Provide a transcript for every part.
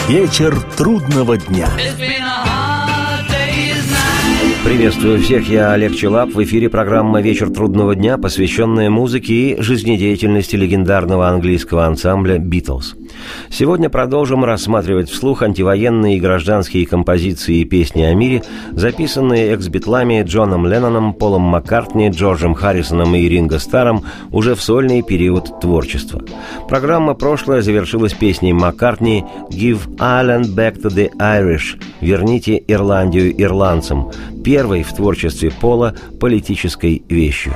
Вечер трудного дня. Приветствую всех, я Олег Челап. В эфире программа «Вечер трудного дня», посвященная музыке и жизнедеятельности легендарного английского ансамбля «Битлз». Сегодня продолжим рассматривать вслух антивоенные и гражданские композиции и песни о мире, записанные экс-битлами Джоном Ленноном, Полом Маккартни, Джорджем Харрисоном и Ринго Старром уже в сольный период творчества. Программа прошлая завершилась песней Маккартни «Give Ireland back to the Irish» – «Верните Ирландию ирландцам», первой в творчестве Пола политической вещью.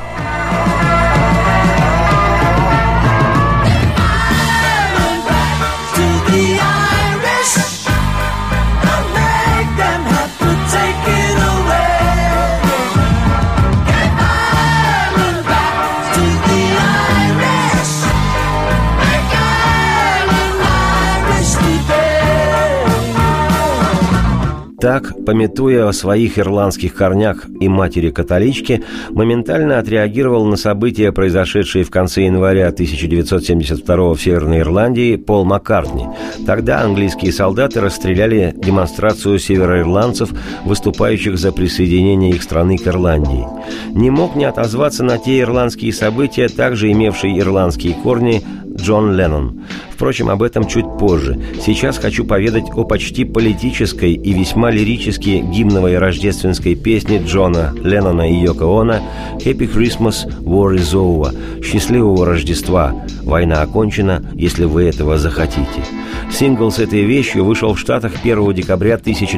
Так, памятуя о своих ирландских корнях и матери-католичке, моментально отреагировал на события, произошедшие в конце января 1972 в Северной Ирландии, Пол Маккартни. Тогда английские солдаты расстреляли демонстрацию североирландцев, выступающих за присоединение их страны к Ирландии. Не мог не отозваться на те ирландские события, также имевшие ирландские корни, Джон Леннон. Впрочем, об этом чуть позже. Сейчас хочу поведать о почти политической и весьма лирически гимновой рождественской песне Джона Леннона и Йоко Оно «Happy Christmas, War is over» – «Счастливого Рождества, война окончена, если вы этого захотите». Сингл с этой вещью вышел в Штатах 1 декабря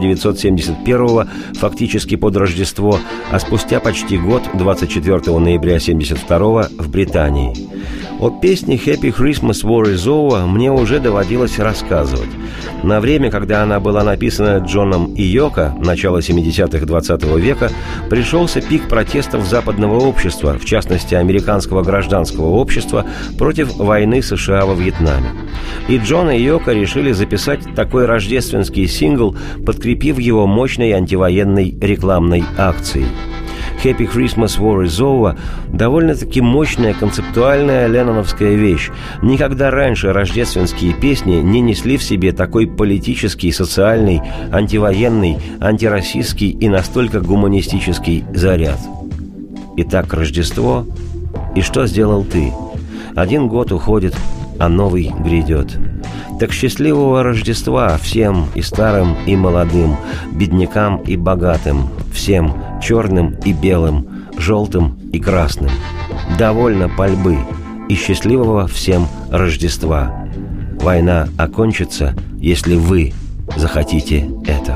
1971, фактически под Рождество, а спустя почти год, 24 ноября 1972, в Британии. О песне «Happy Christmas, War is over» мне уже доводилось рассказывать. На время, когда она была написана Джоном и Йоко, начало 70-х 20 века, пришелся пик протестов западного общества, в частности, американского гражданского общества, против войны США во Вьетнаме. И Джон и Йоко решили записать такой рождественский сингл, подкрепив его мощной антивоенной рекламной акцией. «Happy Christmas, War is over» – довольно-таки мощная концептуальная ленноновская вещь. Никогда раньше рождественские песни не несли в себе такой политический, социальный, антивоенный, антироссийский и настолько гуманистический заряд. Итак, Рождество. И что сделал ты? Один год уходит, а новый грядет. Так счастливого Рождества всем, и старым, и молодым, беднякам и богатым, всем, черным и белым, желтым и красным. Довольно пальбы, и счастливого всем Рождества. Война окончится, если вы захотите это.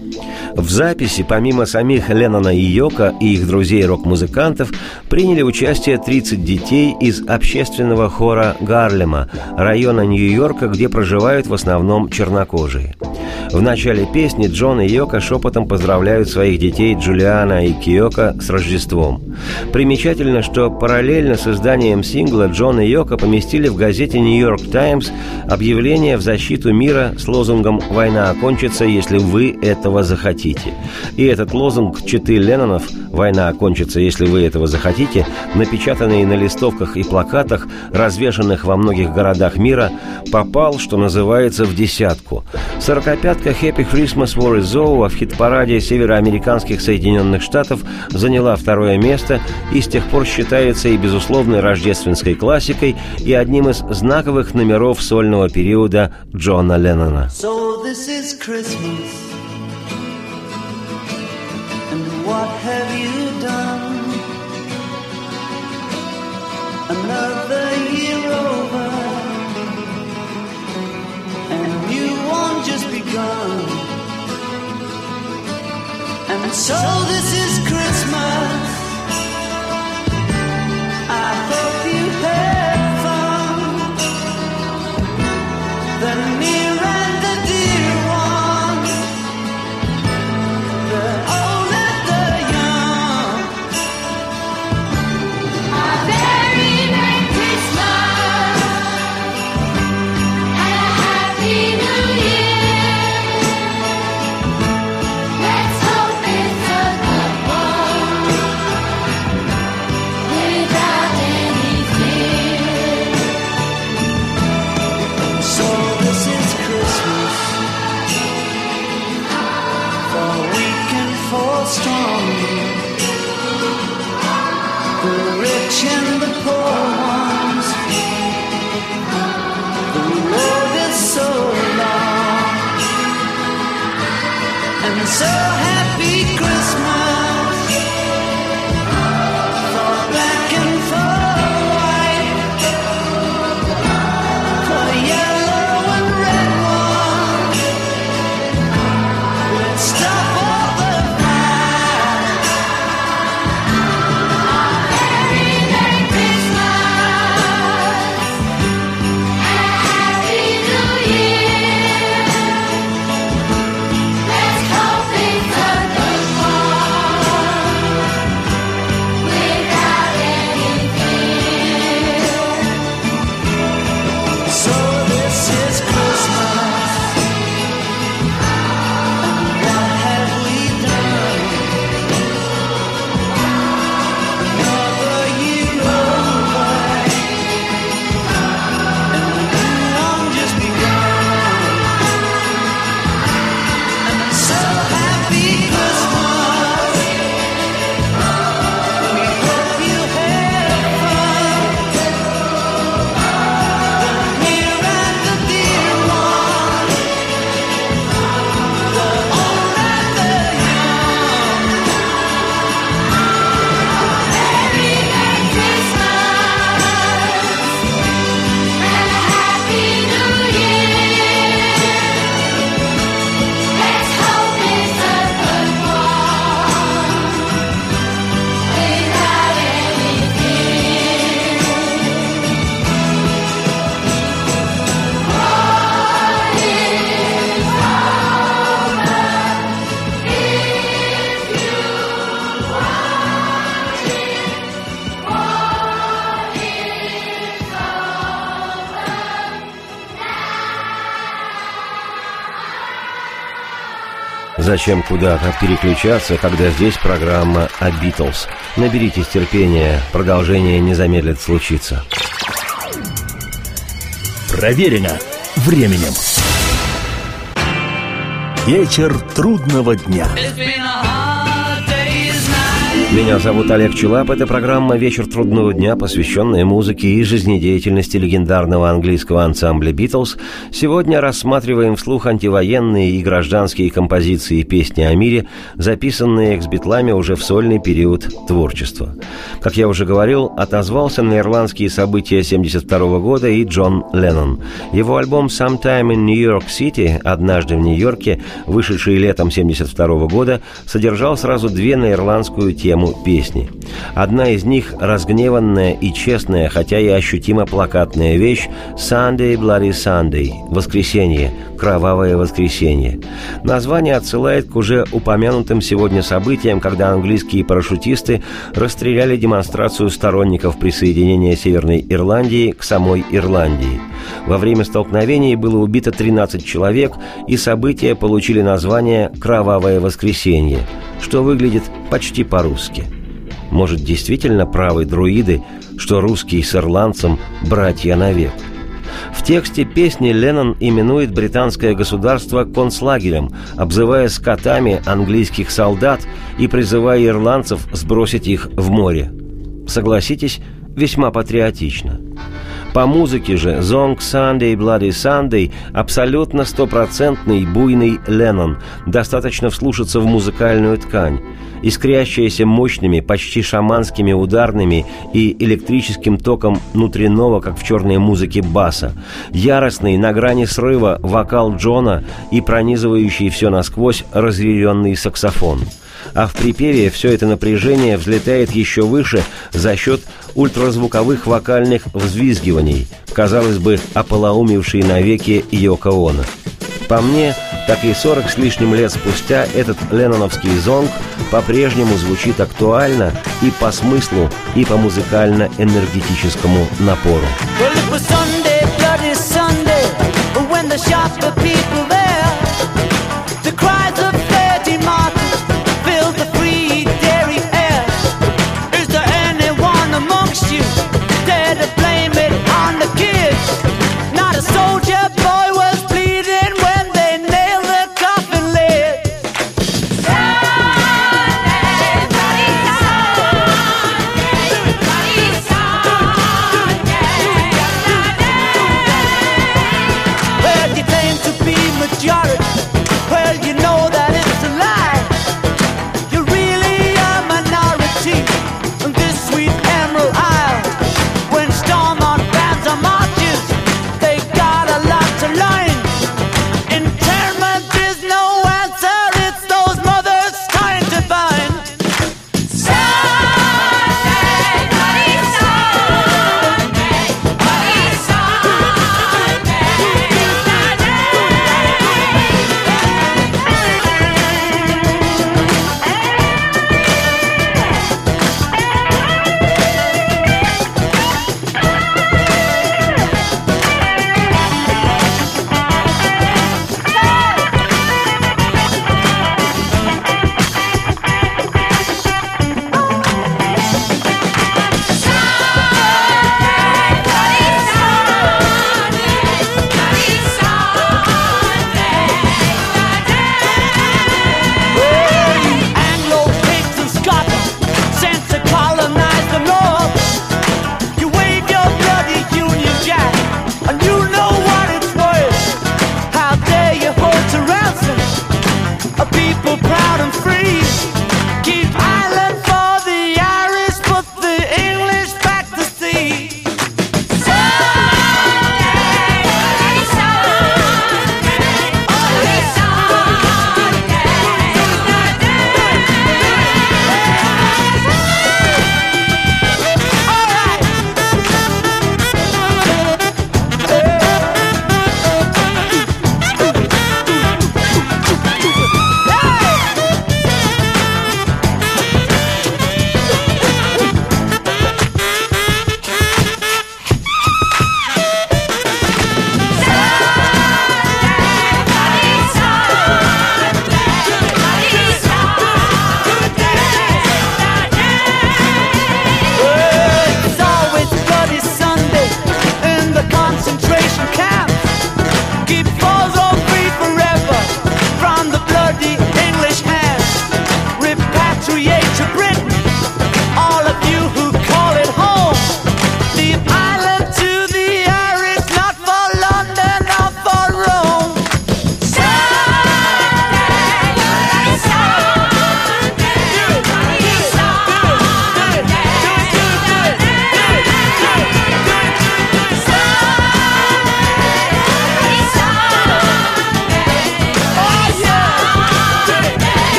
В записи, помимо самих Леннона и Йоко и их друзей-рок-музыкантов, приняли участие 30 детей из общественного хора Гарлема, района Нью-Йорка, где проживают в основном чернокожие. В начале песни Джон и Йоко шепотом поздравляют своих детей Джулиана и Киоко с Рождеством. Примечательно, что параллельно с изданием сингла Джон и Йоко поместили в газете «Нью-Йорк Таймс» объявление в защиту мира с лозунгом «Война окончится, если вы этого захотите». И этот лозунг читы Леннонов «Война окончится, если вы этого захотите», напечатанный на листовках и плакатах, развешанных во многих городах мира, попал, что называется, в десятку. 45-ка «Happy Christmas, War is over» в хит-параде североамериканских Соединенных Штатов заняла второе место и с тех пор считается и безусловной рождественской классикой, и одним из знаковых номеров сольного периода Джона Леннона. So this is Christmas. What have you done? Another year over, and you won't just begun. And so this is Christmas. I hope you had fun. The near and the dear ones, the old and the young. A very Merry Christmas and a Happy New Year. Let's hope it's a good one without any fear. So this is So happy Christmas for black and for white, for yellow and red one. Let's stop all the fight. Merry Christmas and a Happy New Year. Let's hope it's a good one without any fear. So this is Christmas. What have we done? Another year over, and the new one just begun. So happy Christmas. We hope you have fun. The near and the dear one, the old and the young. Merry Christmas and a Happy New Year. Let's hope it's a good one without any fear. Зачем куда-то переключаться, когда здесь программа о Битлз? Наберитесь терпения, продолжение не замедлит случиться. Проверено временем. Вечер трудного дня. It's been a hard day's night. Меня зовут Олег Челап. Это программа «Вечер трудного дня», посвященная музыке и жизнедеятельности легендарного английского ансамбля «Битлз». Сегодня рассматриваем вслух антивоенные и гражданские композиции и песни о мире, записанные экс-битлами уже в сольный период творчества. Как я уже говорил, отозвался на ирландские события 1972 года и Джон Леннон. Его альбом «Sometime in New York City» «Однажды в Нью-Йорке», вышедший летом 1972 года, содержал сразу две на ирландскую тему песни. Одна из них – разгневанная и честная, хотя и ощутимо плакатная вещь «Sunday, Bloody Sunday» – «Воскресенье», «Кровавое воскресенье». Название отсылает к уже упомянутым сегодня событиям, когда английские парашютисты расстреляли демонстрацию сторонников присоединения Северной Ирландии к самой Ирландии. Во время столкновений было убито 13 человек, и события получили название «Кровавое воскресенье», что выглядит почти по-русски. Может, действительно правы друиды, что русский с ирландцем братья навек? В тексте песни Леннон именует британское государство концлагерем, обзывая скотами английских солдат и призывая ирландцев сбросить их в море. Согласитесь, весьма патриотично. По музыке же «Song Sunday, Bloody Sunday» абсолютно стопроцентный буйный Леннон, достаточно вслушаться в музыкальную ткань. Искрящаяся мощными, почти шаманскими ударными и электрическим током внутреннего, как в черной музыке, баса. Яростный, на грани срыва, вокал Джона и пронизывающий все насквозь разъяренный саксофон. А в припеве все это напряжение взлетает еще выше за счет ультразвуковых вокальных взвизгиваний, казалось бы, ополоумевшей навеки Йоко Оно. По мне, так и 40 с лишним лет спустя этот ленноновский зонг по-прежнему звучит актуально и по смыслу, и по музыкально-энергетическому напору. Well, it was Sunday, bloody Sunday, when the sharper people there, the cries of Lady Martin filled the free dairy air. Is there anyone amongst you dare to blame it on the kids? Not a soldier boy was bleeding when they nailed the coffin lid. Well, you claim to be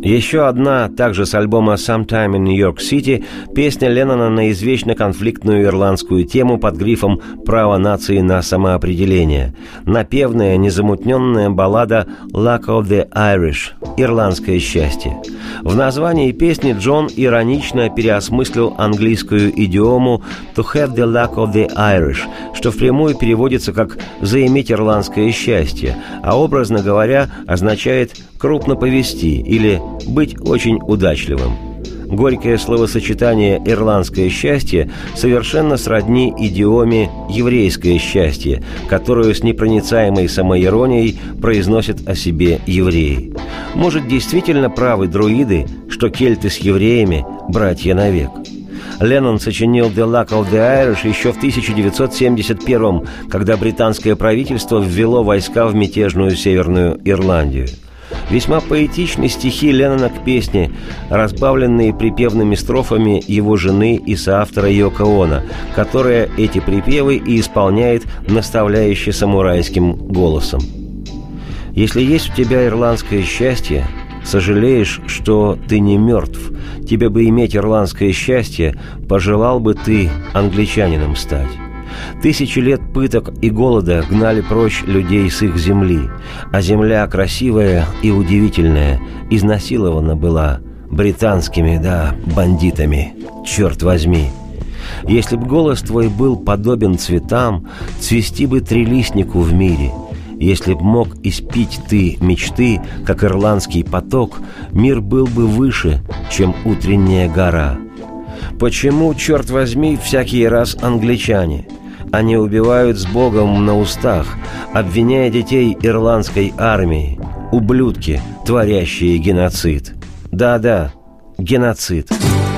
Еще одна, также с альбома «Sometime in New York City», песня Леннона на извечно конфликтную ирландскую тему под грифом «Право нации на самоопределение». Напевная, незамутненная баллада «Luck of the Irish» – «Ирландское счастье». В названии песни Джон иронично переосмыслил английскую идиому «to have the luck of the Irish», что впрямую переводится как «заиметь ирландское счастье», а образно говоря означает «крупно повести» или «быть очень удачливым». Горькое словосочетание «ирландское счастье» совершенно сродни идиоме «еврейское счастье», которую с непроницаемой самоиронией произносят о себе евреи. Может, действительно правы друиды, что кельты с евреями – братья навек? Леннон сочинил «The Luck of the Irish» еще в 1971-м, когда британское правительство ввело войска в мятежную Северную Ирландию. Весьма поэтичны стихи Леннона к песне, разбавленные припевными строфами его жены и соавтора Йоко Оно, которая эти припевы и исполняет наставляюще самурайским голосом. «Если есть у тебя ирландское счастье, сожалеешь, что ты не мертв. Тебе бы иметь ирландское счастье, пожелал бы ты англичанином стать». 1000 лет пыток и голода гнали прочь людей с их земли, а земля красивая и удивительная изнасилована была британскими, бандитами, черт возьми. Если б голос твой был подобен цветам, цвести бы трилистнику в мире. Если б мог испить ты мечты, как ирландский поток, мир был бы выше, чем утренняя гора. Почему, черт возьми, всякий раз англичане? Они убивают с Богом на устах, обвиняя детей ирландской армии. Ублюдки, творящие геноцид. Да-да, геноцид.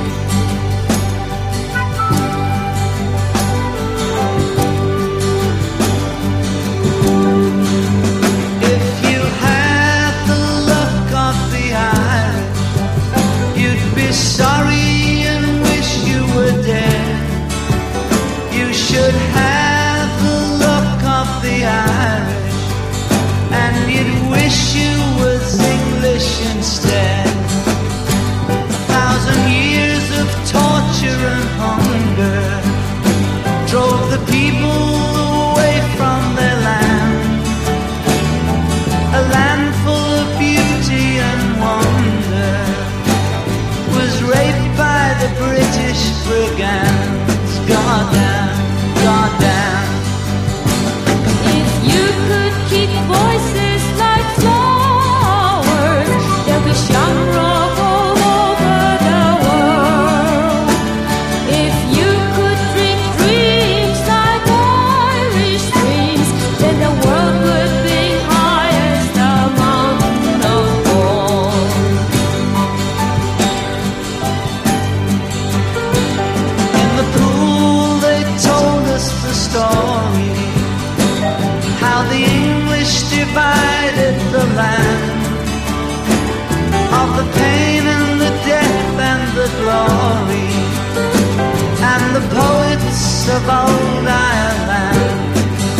Of old Ireland.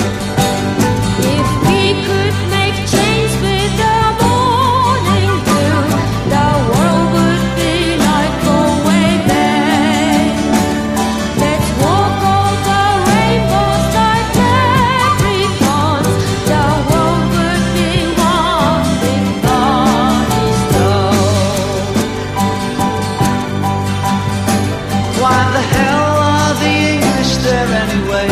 If we could make change with the morning dew, the world would be like Galway Bay. Let's walk over rainbows like leprechauns. The world would be one big party stone. Why the hell anyway,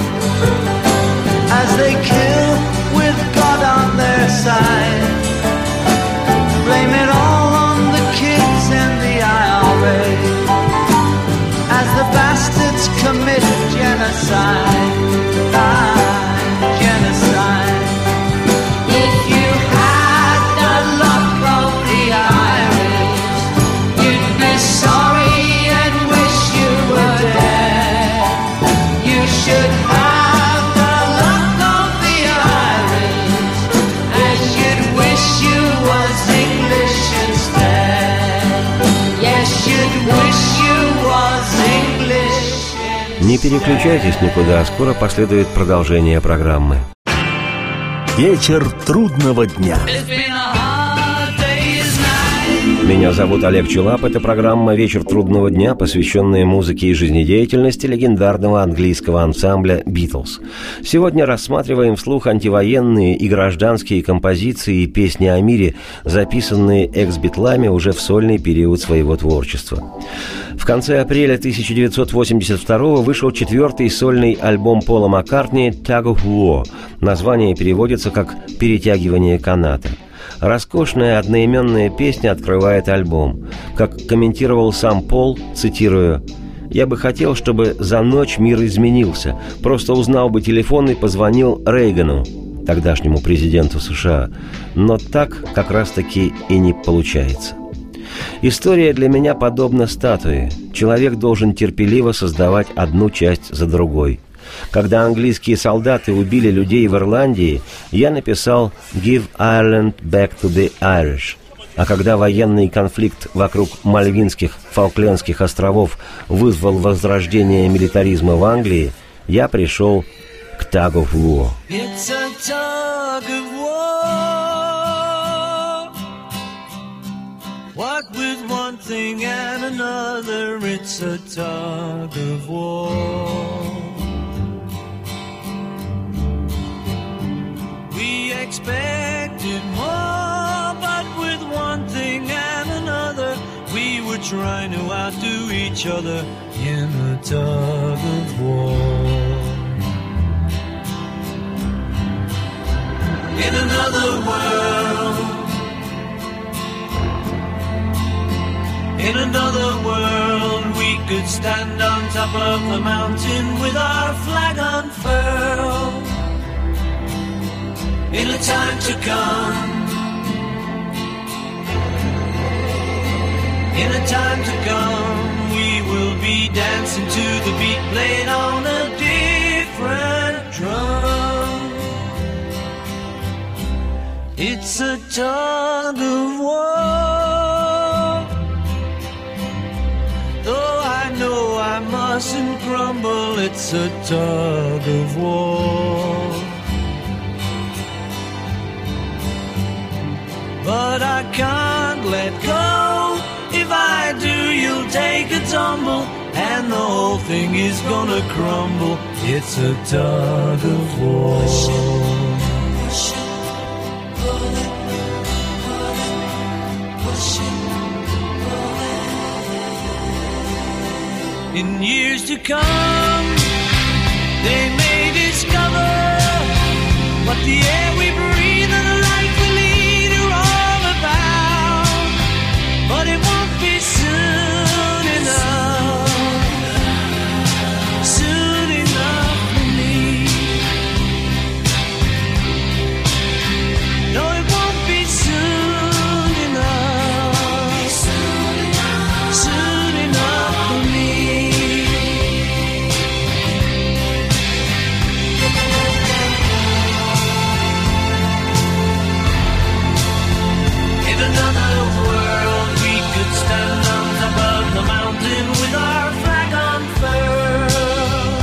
as they kill with God on their side, blame it all on the kids and the IRA, as the bastards commit genocide. Genocide. If you had the luck of the Irish, you'd be sorry and wish you were dead. You should have the luck of the Irish, and you'd wish you was English instead. Yes, you'd wish you was English instead. Не переключайтесь никуда, скоро последует продолжение программы. Вечер трудного дня. It's been a hard day's night. Меня зовут Олег Челап. Это программа «Вечер трудного дня», посвященная музыке и жизнедеятельности легендарного английского ансамбля «Битлз». Сегодня рассматриваем вслух антивоенные и гражданские композиции и песни о мире, записанные экс-битлами уже в сольный период своего творчества. В конце апреля 1982 вышел 4-й сольный альбом Пола Маккартни «Tug of War». Название переводится как «Перетягивание каната». Роскошная одноименная песня открывает альбом. Как комментировал сам Пол, цитирую: «Я бы хотел, чтобы за ночь мир изменился. Просто узнал бы телефон и позвонил Рейгану, тогдашнему президенту США. Но так как раз-таки и не получается». История для меня подобна статуе. Человек должен терпеливо создавать одну часть за другой. Когда английские солдаты убили людей в Ирландии, я написал «Give Ireland back to the Irish». А когда военный конфликт вокруг Мальвинских Фолклендских островов вызвал возрождение милитаризма в Англии, я пришел к «Tug of War». It's a tug of war. What with one thing and another, it's a tug of war. We expected more, but with one thing and another, we were trying to outdo each other in a tug of war. In another world, in another world, we could stand on top of the mountain with our flag unfurled. In a time to come, in a time to come, we will be dancing to the beat played on a different drum. It's a tug of war. Though I know I mustn't grumble, it's a tug of war. But I can't let go. If I do, you'll take a tumble, and the whole thing is gonna crumble. It's a tug of war. In years to come, they may discover what the air we breathe and the life we lead are all about. But it won't be soon enough, soon enough for me. No, it won't be soon enough, soon enough for me. In another world, we could stand on top of the mountain with our flag unfurled.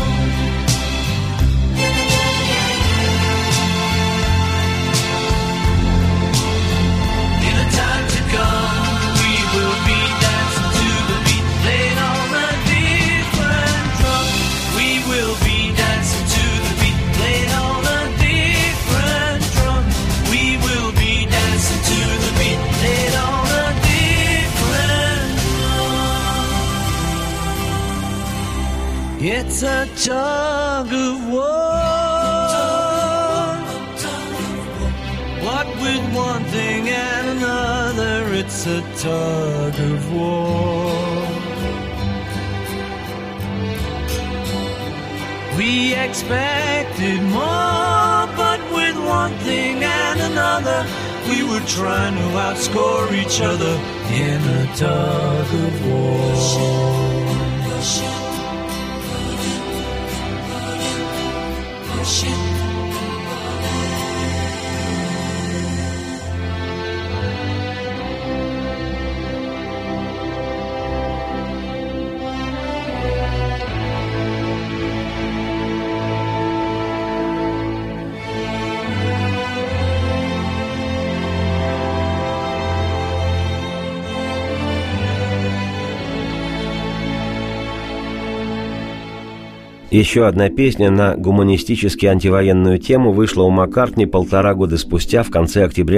In a time to come, we will be dancing to the beat played on a different drum. We will be dancing to the beat played on a different drum. We will be dancing to the beat played on a different drum. It's a tug of war. What with one thing and another, it's a tug of war. We expected more, but with one thing and another, we were trying to outscore each other in a tug of war. Еще одна песня на гуманистически антивоенную тему вышла у Маккартни 1,5 года спустя, в конце октября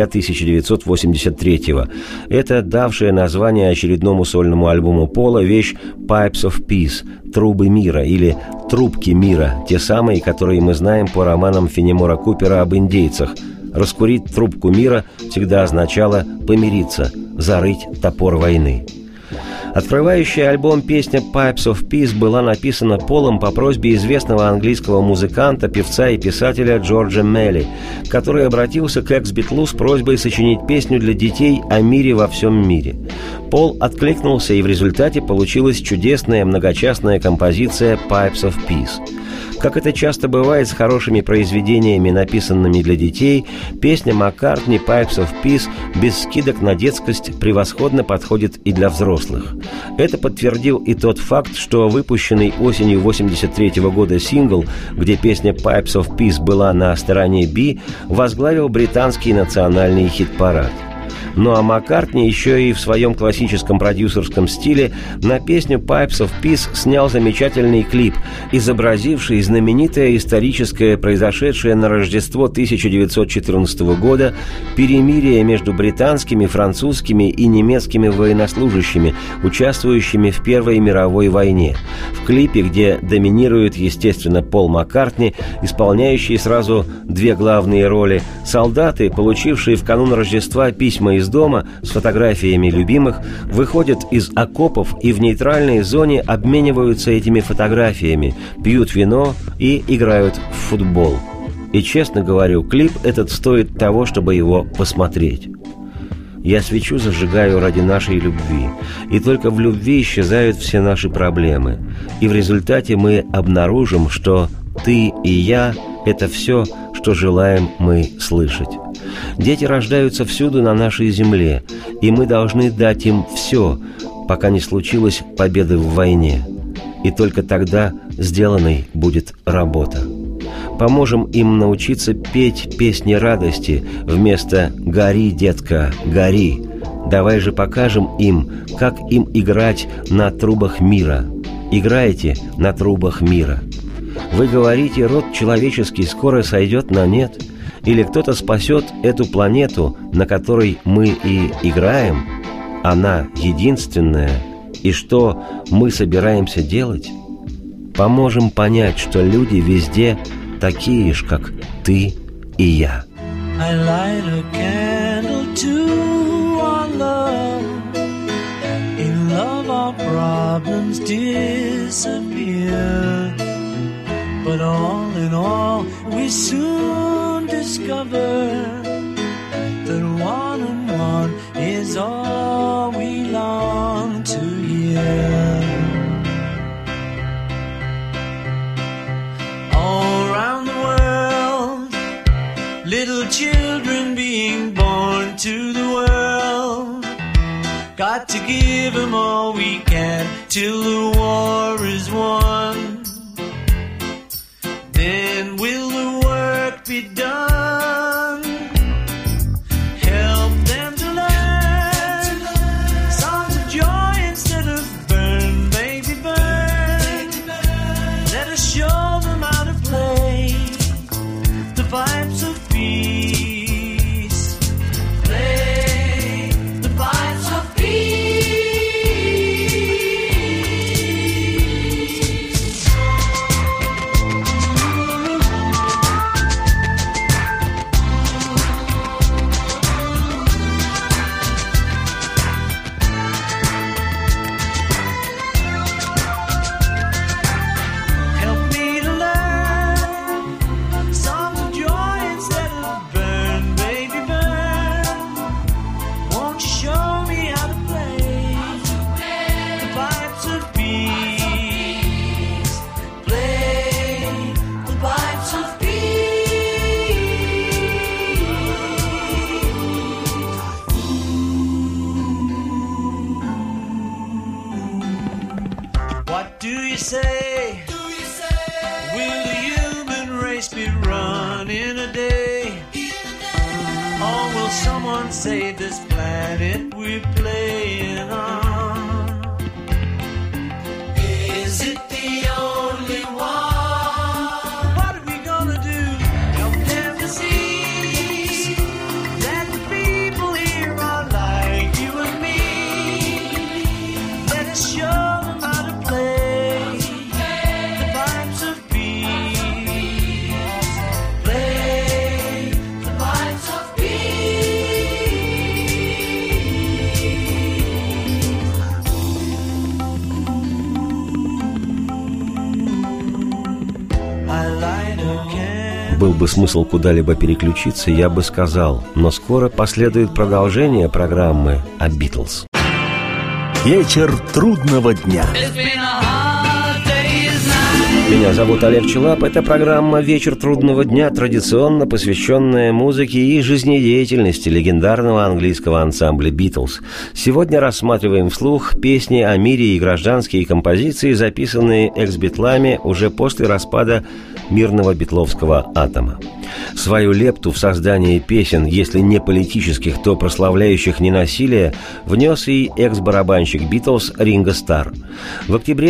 1983-го. Это давшая название очередному сольному альбому Пола вещь «Pipes of Peace» – «Трубы мира» или «Трубки мира», те самые, которые мы знаем по романам Фенемора Купера об индейцах. Раскурить трубку мира всегда означало помириться, зарыть топор войны. Открывающая альбом песня «Pipes of Peace» была написана Полом по просьбе известного английского музыканта, певца и писателя Джорджа Мелли, который обратился к экс-битлу с просьбой сочинить песню для детей о мире во всем мире. Пол откликнулся, и в результате получилась чудесная многочастная композиция «Pipes of Peace». Как это часто бывает с хорошими произведениями, написанными для детей, песня Маккартни «Pipes of Peace» без скидок на детскость превосходно подходит и для взрослых. Это подтвердил и тот факт, что выпущенный осенью 1983 года сингл, где песня «Pipes of Peace» была на стороне «Би», возглавил британский национальный хит-парад. Ну а Маккартни еще и в своем классическом продюсерском стиле на песню «Pipes of Peace» снял замечательный клип, изобразивший знаменитое историческое, произошедшее на Рождество 1914 года, перемирие между британскими, французскими и немецкими военнослужащими, участвующими в Первой мировой войне. В клипе, где доминирует, естественно, Пол Маккартни, исполняющий сразу две главные роли, солдаты, получившие в канун Рождества письма из дома с фотографиями любимых, выходят из окопов и в нейтральной зоне обмениваются этими фотографиями, пьют вино и играют в футбол. И, честно говорю, клип этот стоит того, чтобы его посмотреть. Я свечу зажигаю ради нашей любви, и только в любви исчезают все наши проблемы. И в результате мы обнаружим, что ты и я – это все, что желаем мы слышать. Дети рождаются всюду на нашей земле, и мы должны дать им все, пока не случилась победа в войне. И только тогда сделанной будет работа. Поможем им научиться петь песни радости вместо «Гори, детка, гори». Давай же покажем им, как им играть на трубах мира. Играйте на трубах мира. Вы говорите, род человеческий скоро сойдет на нет? Или кто-то спасет эту планету, на которой мы и играем? Она единственная. И что мы собираемся делать? Поможем понять, что люди везде такие ж, как ты и я. I light a candle to our love. In love our problems disappear. But all in all we soon discover that one and one is all we long to hear. All around the world, little children being born to the world. Got to give them all we can till the war is won. Then will the work be done? Help them to learn songs of joy instead of burn, baby, burn. Let us show them how to play the pipes of peace. Play the pipes of peace. Help me to learn songs of joy instead of burn, baby, burn. Won't you show me how to play the pipes of peace? Play the pipes of peace. What do you say? Will the human race be run in a day? Or will someone save this planet we're playing on? Is it the only one? был бы смысл куда-либо переключиться, я бы сказал, но скоро последует продолжение программы о Битлз. Вечер трудного дня. Меня зовут Олег Челап. Это программа «Вечер трудного дня», традиционно посвященная музыке и жизнедеятельности легендарного английского ансамбля «Битлз». Сегодня рассматриваем вслух песни о мире и гражданские композиции, записанные экс-битлами уже после распада мирного битловского атома. Свою лепту в создание песен, если не политических, то прославляющих ненасилие, внес и экс-барабанщик «Битлз» Ринго Старр. В октябре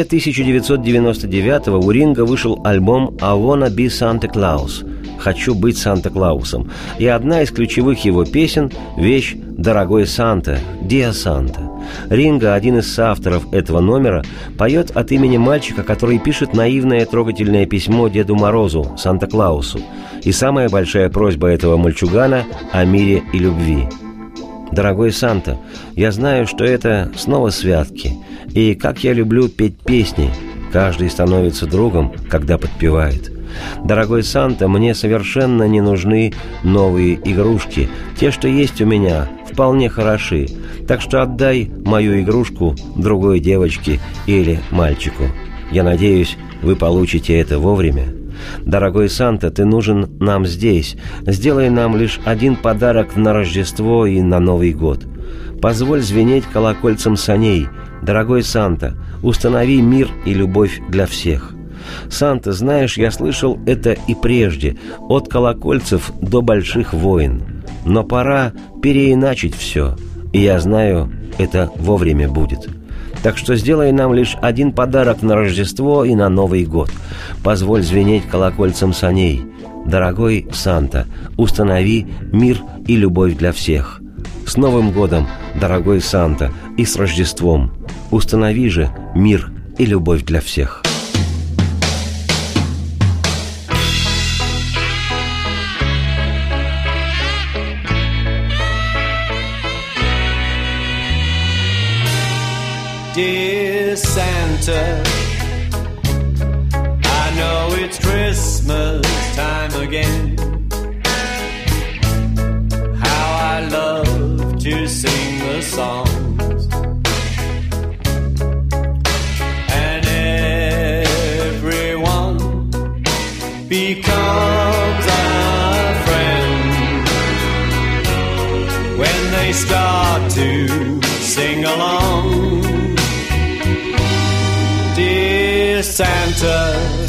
1999-го у Ринго вышел альбом «I Wanna Be Santa Claus» – «Хочу быть Санта-Клаусом», и одна из ключевых его песен – вещь «Дорогой Санта», «Dear Santa». Ринго, один из соавторов этого номера, поет от имени мальчика, который пишет наивное трогательное письмо Деду Морозу, Санта-Клаусу. И самая большая просьба этого мальчугана о мире и любви. «Дорогой Санта, я знаю, что это снова святки, и как я люблю петь песни. Каждый становится другом, когда подпевает. Дорогой Санта, мне совершенно не нужны новые игрушки. Те, что есть у меня, вполне хороши. Так что отдай мою игрушку другой девочке или мальчику. Я надеюсь, вы получите это вовремя. Дорогой Санта, ты нужен нам здесь. Сделай нам лишь один подарок на Рождество и на Новый год. Позволь звенеть колокольцем саней. Дорогой Санта, установи мир и любовь для всех. Санта, знаешь, я слышал это и прежде, от колокольцев до больших войн. Но пора переиначить все, и я знаю, это вовремя будет. Так что сделай нам лишь один подарок на Рождество и на Новый год. Позволь звенеть колокольцем саней. Дорогой Санта, установи мир и любовь для всех. С Новым годом, дорогой Санта, и с Рождеством. Установи же мир и любовь для всех. Dear Santa, I know it's Christmas time again. How I love to sing the songs, and everyone becomes a friend when they start to sing along. Dear Santa,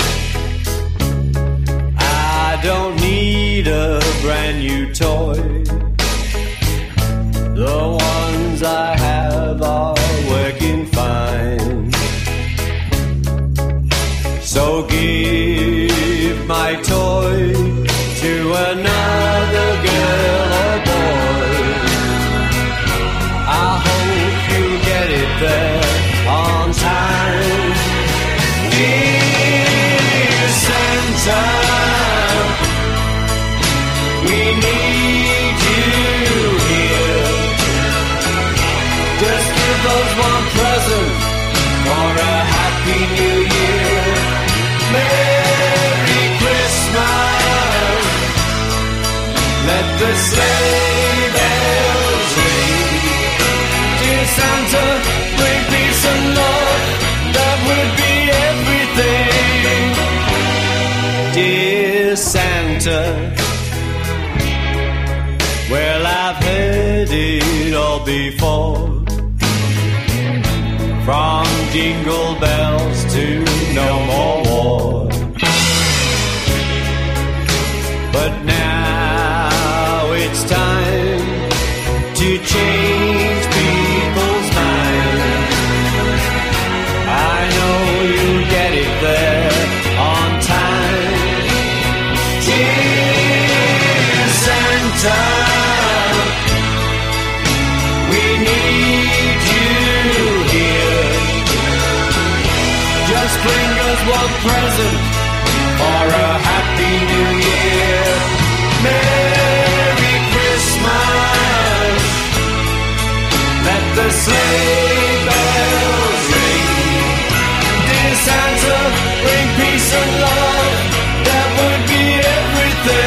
I don't need a brand new toy. The ones I have are working fine. So give my toy to another girl or boy. I hope you get it there on time. Dear Santa, we need you here. Just give us one present for a happy new year. Merry Christmas. Let the sleigh bells ring. Dear Santa, bring peace and love. That would be everything. Dear Santa, well, I've heard it all before. From jingle bells to no more war. But now it's time to change people's minds. I know you get it there on time. Dear Santa, we need you here. Just bring us one present for a happy new year. Merry Christmas. Let the sleigh bells ring. Dear Santa, bring peace and love. That would be everything.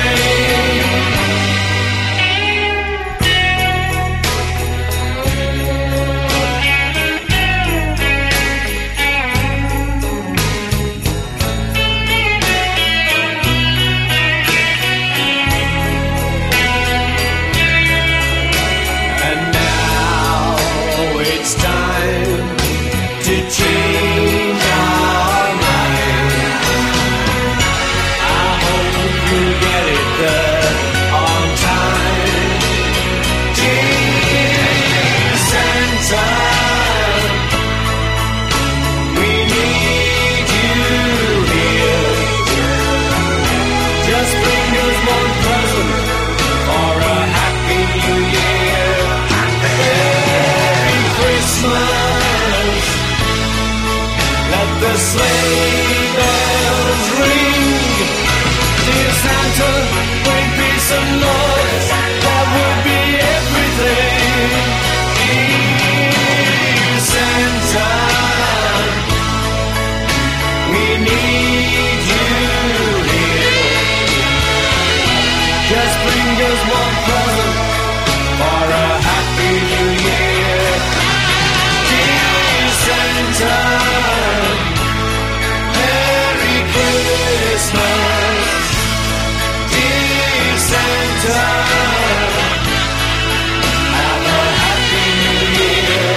sleigh bells ring. Dear Santa, bring peace and love, that would be everything. Dear Santa, we need you here. Just bring us one present for a happy new year. Dear Santa, Merry Christmas. Dear Santa, have a happy new year.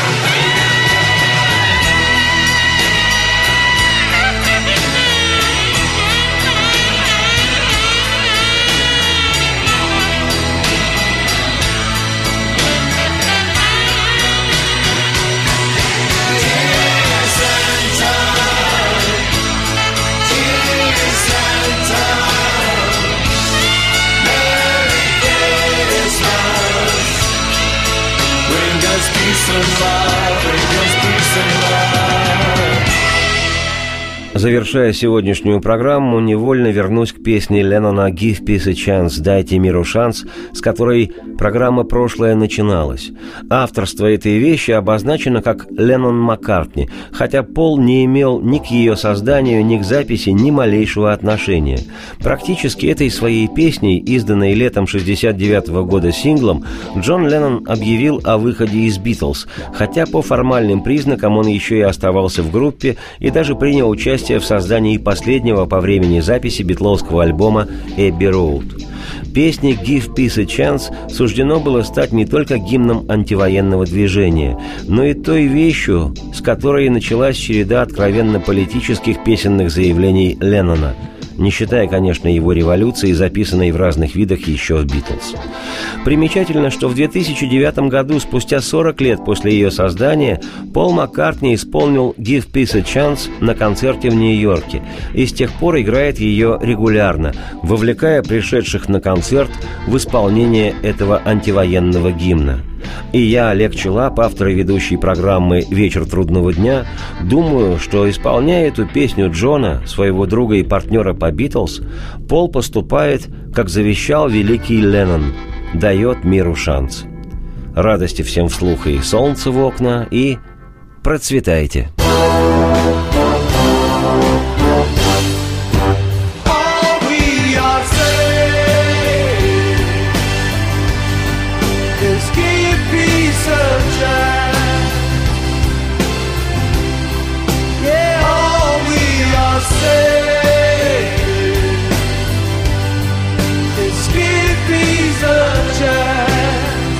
Завершая сегодняшнюю программу, невольно вернусь к песне Леннона «Give Peace a Chance», «Дайте миру шанс», с которой программа «Прошлое» начиналась. Авторство этой вещи обозначено как Леннон Маккартни, хотя Пол не имел ни к ее созданию, ни к записи ни малейшего отношения. Практически этой своей песней, изданной летом 1969 года синглом, Джон Леннон объявил о выходе из «Битлз», хотя по формальным признакам он еще и оставался в группе и даже принял участие в создании последнего по времени записи битловского альбома «Эбби Роуд». Песне «Give Peace a Chance» суждено было стать не только гимном антивоенного движения, но и той вещью, с которой началась череда откровенно политических песенных заявлений Леннона, не считая, конечно, его революции, записанной в разных видах еще в «Битлз». Примечательно, что в 2009 году, спустя 40 лет после ее создания, Пол Маккартни исполнил «Give Peace a Chance» на концерте в Нью-Йорке и с тех пор играет ее регулярно, вовлекая пришедших на концерт в исполнение этого антивоенного гимна. И я, Олег Челап, автор и ведущий программы «Вечер трудного дня», думаю, что, исполняя эту песню Джона, своего друга и партнера по «Битлз», Пол поступает, как завещал великий Леннон, дает миру шанс. Радости всем вслух и солнца в окна, и процветайте!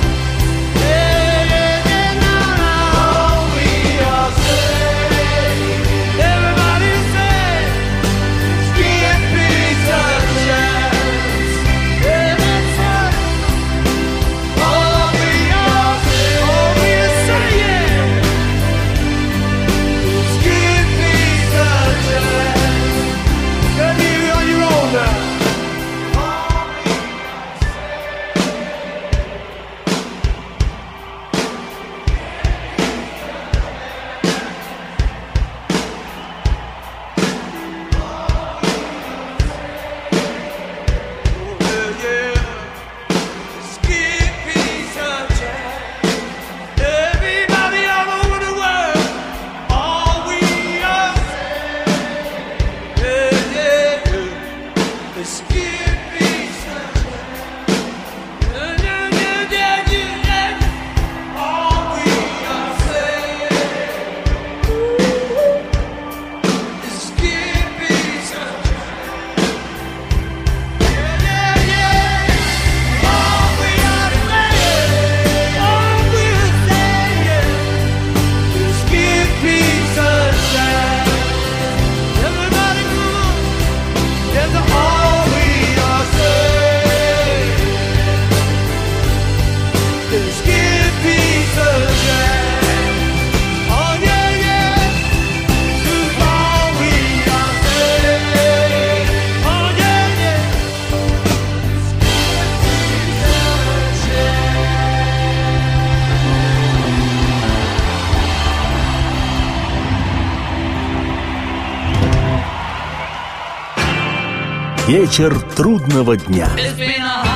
All we are saying Вечер трудного дня. It's been a